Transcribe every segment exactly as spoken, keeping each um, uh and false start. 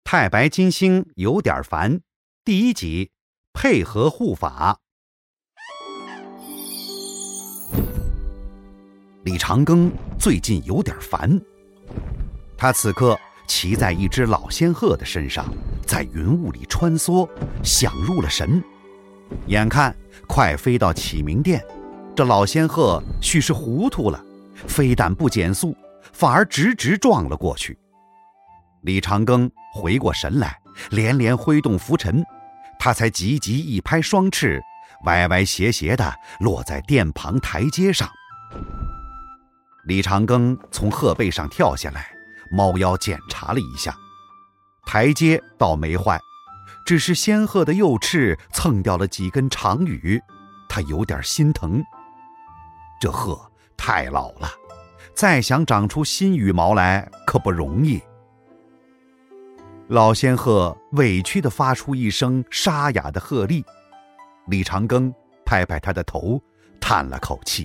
太白金星有点烦，第一集，配合护法。李长庚最近有点烦，他此刻骑在一只老仙鹤的身上，在云雾里穿梭，想入了神。眼看快飞到启明殿，这老仙鹤许是糊涂了，非但不减速，反而直直撞了过去。李长庚回过神来，连连挥动拂尘，他才急急一拍双翅，歪歪斜斜地落在殿旁台阶上。李长庚从鹤背上跳下来，猫腰检查了一下，台阶倒没坏，只是仙鹤的右翅蹭掉了几根长羽，他有点心疼。这鹤太老了，再想长出新羽毛来可不容易。老仙鹤委屈地发出一声沙哑的鹤唳，李长庚拍拍他的头，叹了口气。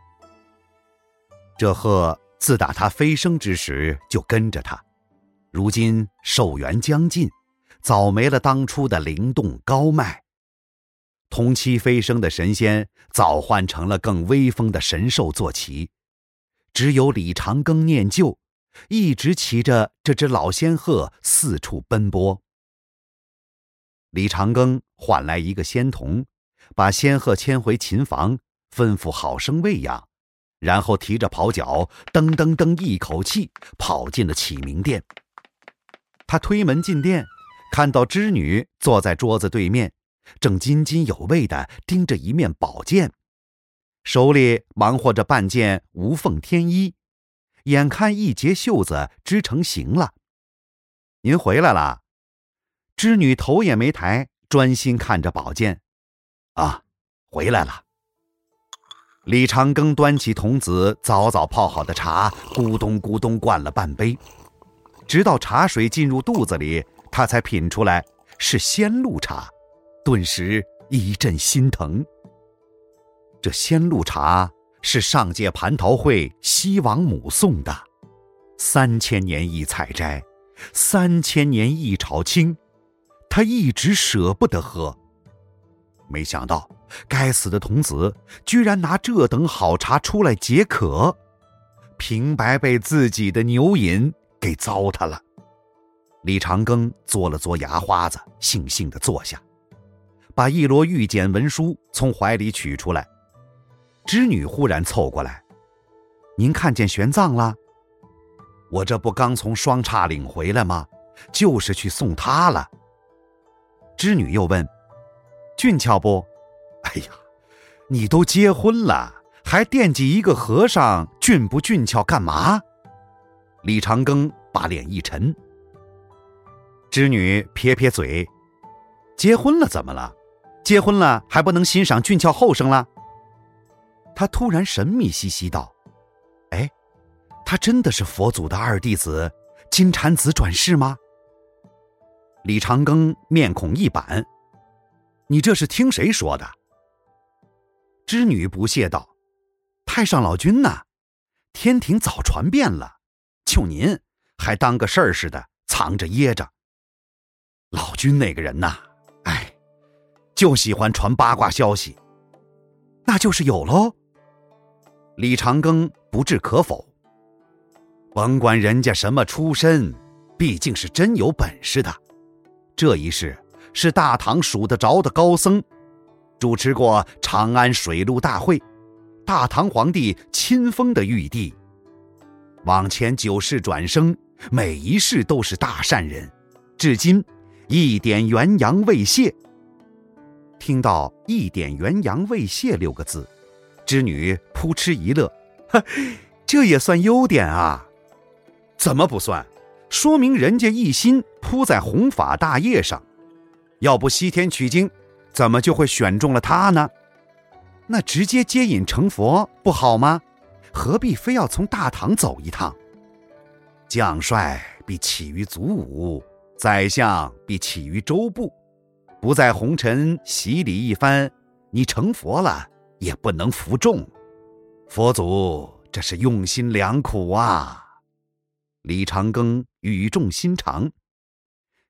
这鹤自打他飞升之时就跟着他，如今寿元将近，早没了当初的灵动高迈。同期飞升的神仙早换成了更威风的神兽坐骑，只有李长庚念旧，一直骑着这只老仙鹤四处奔波。李长庚唤来一个仙童，把仙鹤牵回琴房，吩咐好生喂养，然后提着袍角，噔噔噔一口气跑进了启明殿。他推门进殿，看到织女坐在桌子对面，正津津有味地盯着一面宝剑，手里忙活着半件无缝天衣，眼看一截袖子织成形了。您回来了。织女头也没抬，专心看着宝剑。啊，回来了。李长庚端起童子早早泡好的茶，咕咚咕咚灌了半杯，直到茶水进入肚子里，他才品出来是仙露茶，顿时一阵心疼。这仙露茶是上届蟠桃会西王母送的，三千年一采摘，三千年一炒青，他一直舍不得喝。没想到该死的童子居然拿这等好茶出来解渴，平白被自己的牛饮给糟蹋了。李长庚嘬了嘬牙花子，悻悻地坐下，把一摞玉简文书从怀里取出来。织女忽然凑过来：您看见玄奘了？我这不刚从双叉岭回来吗？就是去送他了。织女又问：俊俏不？哎呀，你都结婚了，还惦记一个和尚俊不俊俏干嘛？李长庚把脸一沉。织女撇撇嘴：结婚了怎么了？结婚了还不能欣赏俊俏后生了？他突然神秘兮兮道：哎，他真的是佛祖的二弟子金蝉子转世吗？李长庚面孔一板：你这是听谁说的？织女不屑道：太上老君呢？天庭早传遍了，就您还当个事儿似的藏着掖着。老君那个人呐，哎，就喜欢传八卦消息。那就是有喽。李长庚不置可否。甭管人家什么出身，毕竟是真有本事的。这一世是大唐数得着的高僧，主持过长安水陆大会，大唐皇帝亲封的玉帝。往前九世转生，每一世都是大善人，至今一点元阳未泄。听到一点元阳未泄六个字，织女扑哧一乐：这也算优点啊？怎么不算？说明人家一心扑在弘法大业上，要不西天取经，怎么就会选中了他呢？那直接接引成佛不好吗？何必非要从大唐走一趟？将帅必起于祖武，宰相必起于州部，不在红尘洗礼一番，你成佛了也不能服众。佛祖这是用心良苦啊。李长庚语重心长：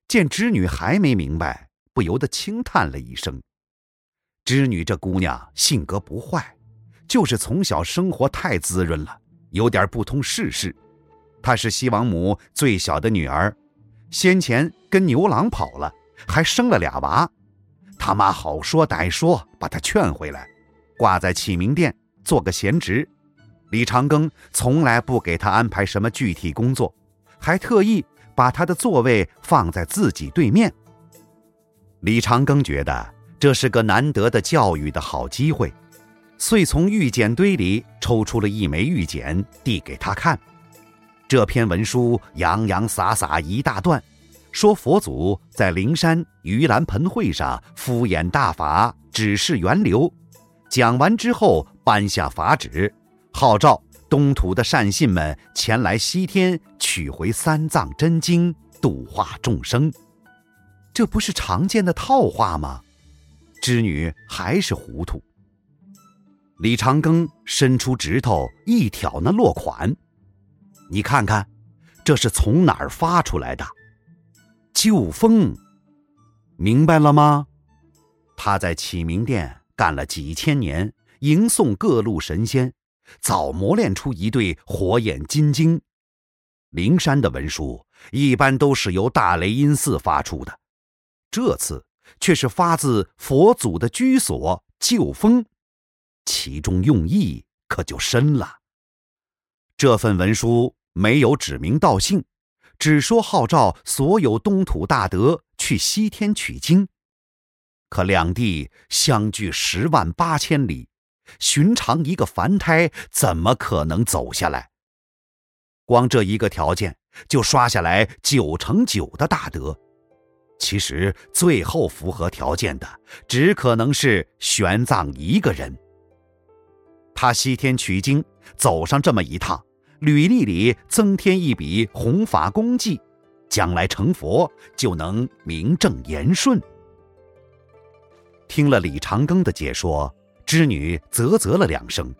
见织女还没明白，不由得轻叹了一声。织女这姑娘性格不坏，就是从小生活太滋润了，有点不通世事。她是西王母最小的女儿，先前跟牛郎跑了，还生了俩娃。他妈好说歹说把她劝回来，挂在启明殿做个闲职。李长庚从来不给她安排什么具体工作，还特意把她的座位放在自己对面。李长庚觉得这是个难得的教育的好机会，遂从玉简堆里抽出了一枚玉简递给他看。这篇文书洋洋洒洒一大段，说佛祖在灵山盂兰盆会上敷衍大法，指示源流，讲完之后颁下法旨，号召东土的善信们前来西天取回三藏真经，度化众生。这不是常见的套话吗？织女还是糊涂。李长庚伸出指头一挑那落款，你看看，这是从哪儿发出来的？旧风，明白了吗？他在启明殿干了几千年，迎送各路神仙，早磨练出一对火眼金睛。灵山的文书一般都是由大雷音寺发出的，这次却是发自佛祖的居所旧风，其中用意可就深了。这份文书没有指名道姓，只说号召所有东土大德去西天取经。可两地相距十万八千里，寻常一个凡胎怎么可能走下来？光这一个条件就刷下来九成九的大德。其实最后符合条件的只可能是玄奘一个人。他西天取经走上这么一趟，履历里增添一笔弘法功绩，将来成佛就能名正言顺。听了李长庚的解说，织女啧啧了两声，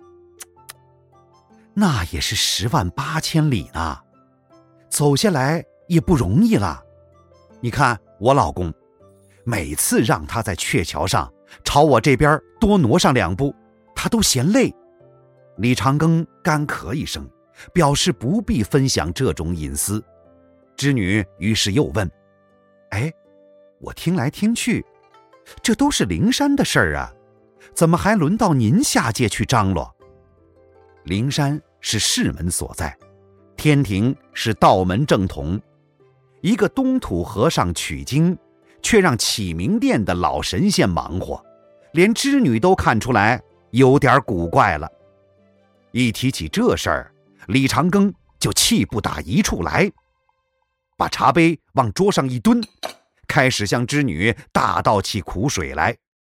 那也是十万八千里呢，走下来也不容易了。你看我老公，每次让他在鹊桥上朝我这边多挪上两步，他都嫌累。李长庚干咳一声，表示不必分享这种隐私。织女于是又问，哎，我听来听去，这都是灵山的事儿啊，怎么还轮到您下界去张罗？灵山是世门所在，天庭是道门正统，一个东土和尚取经，却让启明殿的老神仙忙活，连织女都看出来有点古怪了。一提起这事儿，李长庚就气不打一处来，把茶杯往桌上一蹲，开始向织女大倒起苦水来。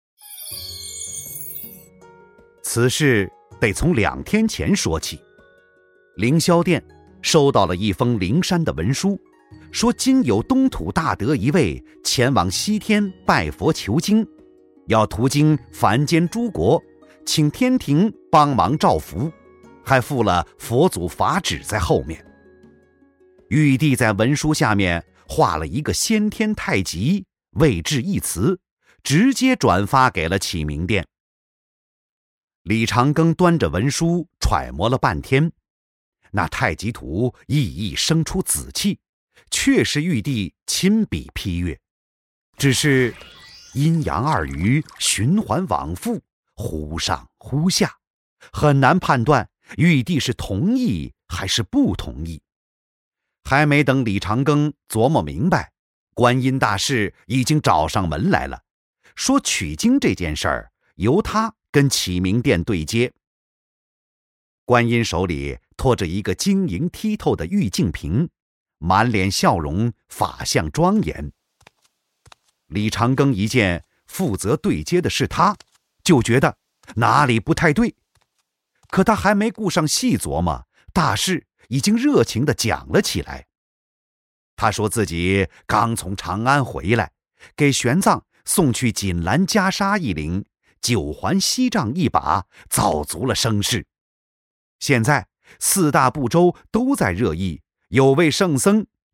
此事得从两天前说起。凌霄殿收到了一封灵山的文书，说今有东土大德一位前往西天拜佛求经，要途经凡间诸国，请天庭帮忙照拂，还附了佛祖法旨在后面。玉帝在文书下面画了一个先天太极，位置一词，直接转发给了启明殿。李长庚端着文书揣摩了半天，那太极图熠熠生出紫气，确是玉帝亲笔批阅，只是阴阳二余循环往复，忽上忽下，很难判断玉帝是同意还是不同意。还没等李长庚琢磨明白，观音大士已经找上门来了，说取经这件事儿由他跟启明殿对接。观音手里托着一个晶莹剔透的玉净瓶，满脸笑容，法相庄严。李长庚一见负责对接的是他，就觉得哪里不太对。可他还没顾上细琢磨，大士已经热情地讲了起来。他说自己刚从长安回来，给玄奘送去锦兰袈裟一领，九环锡杖一把，造足了声势。现在四大部洲都在热议，有位圣僧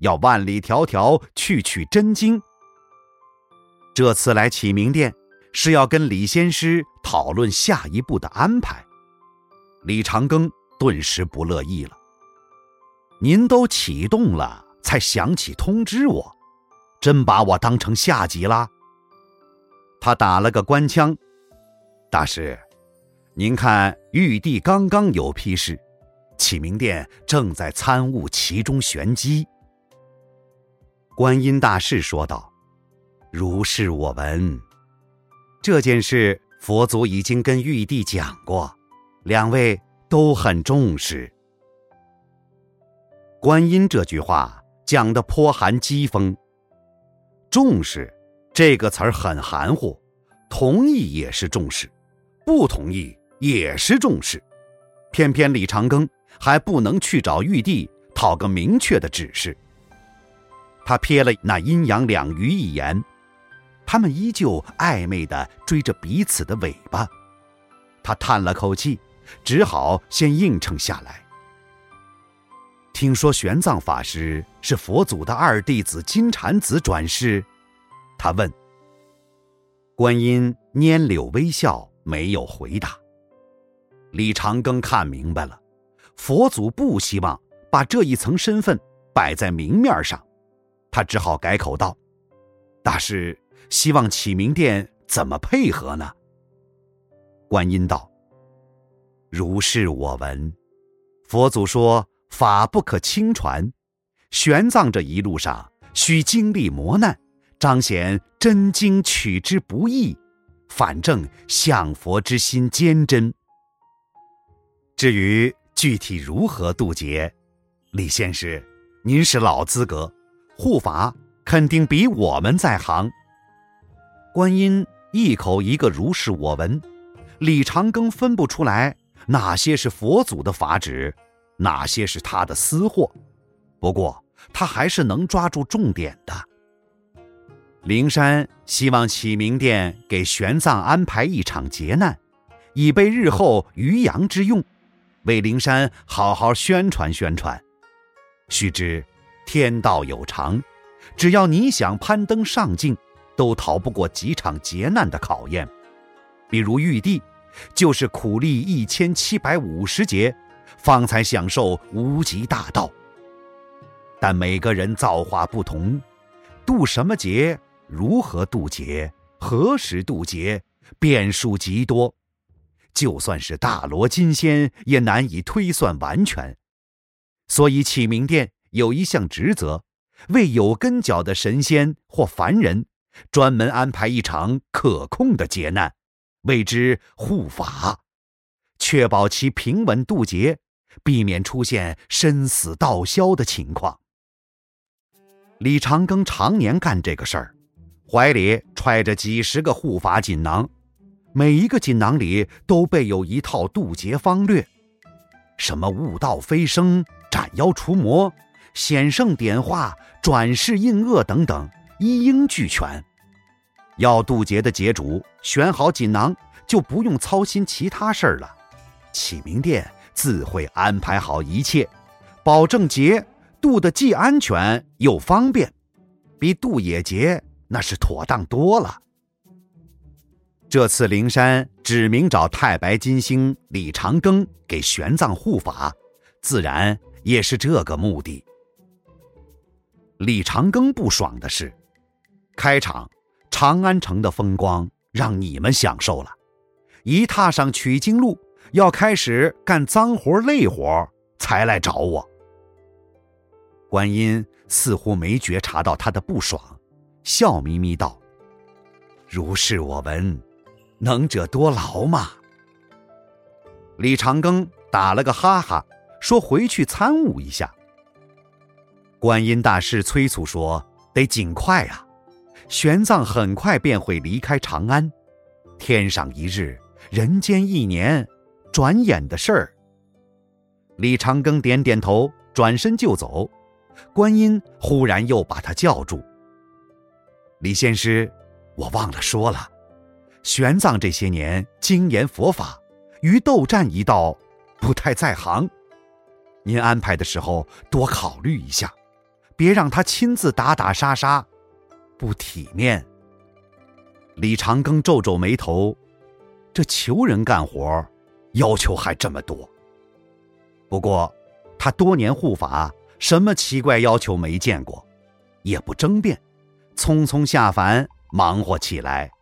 要万里迢迢去取真经。这次来启明殿是要跟李仙师讨论下一步的安排。李长庚顿时不乐意了，您都启动了才想起通知我，真把我当成下级啦？他打了个官腔，大师，您看玉帝刚刚有批示，启明殿正在参悟其中玄机。观音大士说道，如是我闻。这件事佛祖已经跟玉帝讲过，两位都很重视。观音这句话讲得颇含讥讽。重视这个词儿很含糊，同意也是重视，不同意也是重视。偏偏李长庚还不能去找玉帝讨个明确的指示。他瞥了那阴阳两鱼一眼，他们依旧暧昧地追着彼此的尾巴。他叹了口气，只好先应承下来。听说玄奘法师是佛祖的二弟子金蝉子转世？他问。观音拈柳微笑，没有回答。李长庚看明白了，佛祖不希望把这一层身份摆在明面上，他只好改口道，大师希望启明殿怎么配合呢？观音道，如是我闻。佛祖说法不可轻传，玄奘这一路上需经历磨难，彰显真经取之不易，反正向佛之心坚贞。至于具体如何渡劫，李先师您是老资格，护法肯定比我们在行。观音一口一个如是我闻，李长庚分不出来哪些是佛祖的法旨，哪些是他的私货，不过他还是能抓住重点的。灵山希望启明殿给玄奘安排一场劫难，以备日后渔阳之用，为灵山好好宣传宣传。须知天道有常，只要你想攀登上境，都逃不过几场劫难的考验。比如玉帝就是苦历一千七百五十劫，方才享受无极大道。但每个人造化不同，渡什么劫，如何渡劫，何时渡劫，变数极多，就算是大罗金仙也难以推算完全。所以启明殿有一项职责，为有根脚的神仙或凡人专门安排一场可控的劫难，谓之护法，确保其平稳渡劫，避免出现生死道消的情况。李长庚常年干这个事儿，怀里揣着几十个护法锦囊，每一个锦囊里都备有一套渡劫方略，什么悟道飞升、斩妖除魔、显圣点化、转世应厄等等，一应俱全。要渡劫的劫主选好锦囊，就不用操心其他事儿了，启明殿自会安排好一切，保证劫渡得既安全又方便，比渡野劫那是妥当多了。这次灵山指明找太白金星李长庚给玄奘护法，自然也是这个目的。李长庚不爽的是，开场长安城的风光让你们享受了，一踏上取经路，要开始干脏活累活才来找我。观音似乎没觉察到他的不爽，笑眯眯道，如是我闻，能者多劳嘛。李长庚打了个哈哈，说回去参悟一下。观音大士催促说，得尽快啊，玄奘很快便会离开长安，天上一日，人间一年，转眼的事儿。李长庚点点头，转身就走。观音忽然又把他叫住，李先师，我忘了说了，玄奘这些年精研佛法，于斗战一道不太在行，您安排的时候多考虑一下， 别让他亲自打打杀杀，不体面。李长庚皱皱眉头，这求人干活，要求还这么多。不过他多年护法，什么奇怪要求没见过，也不争辩，匆匆下凡忙活起来。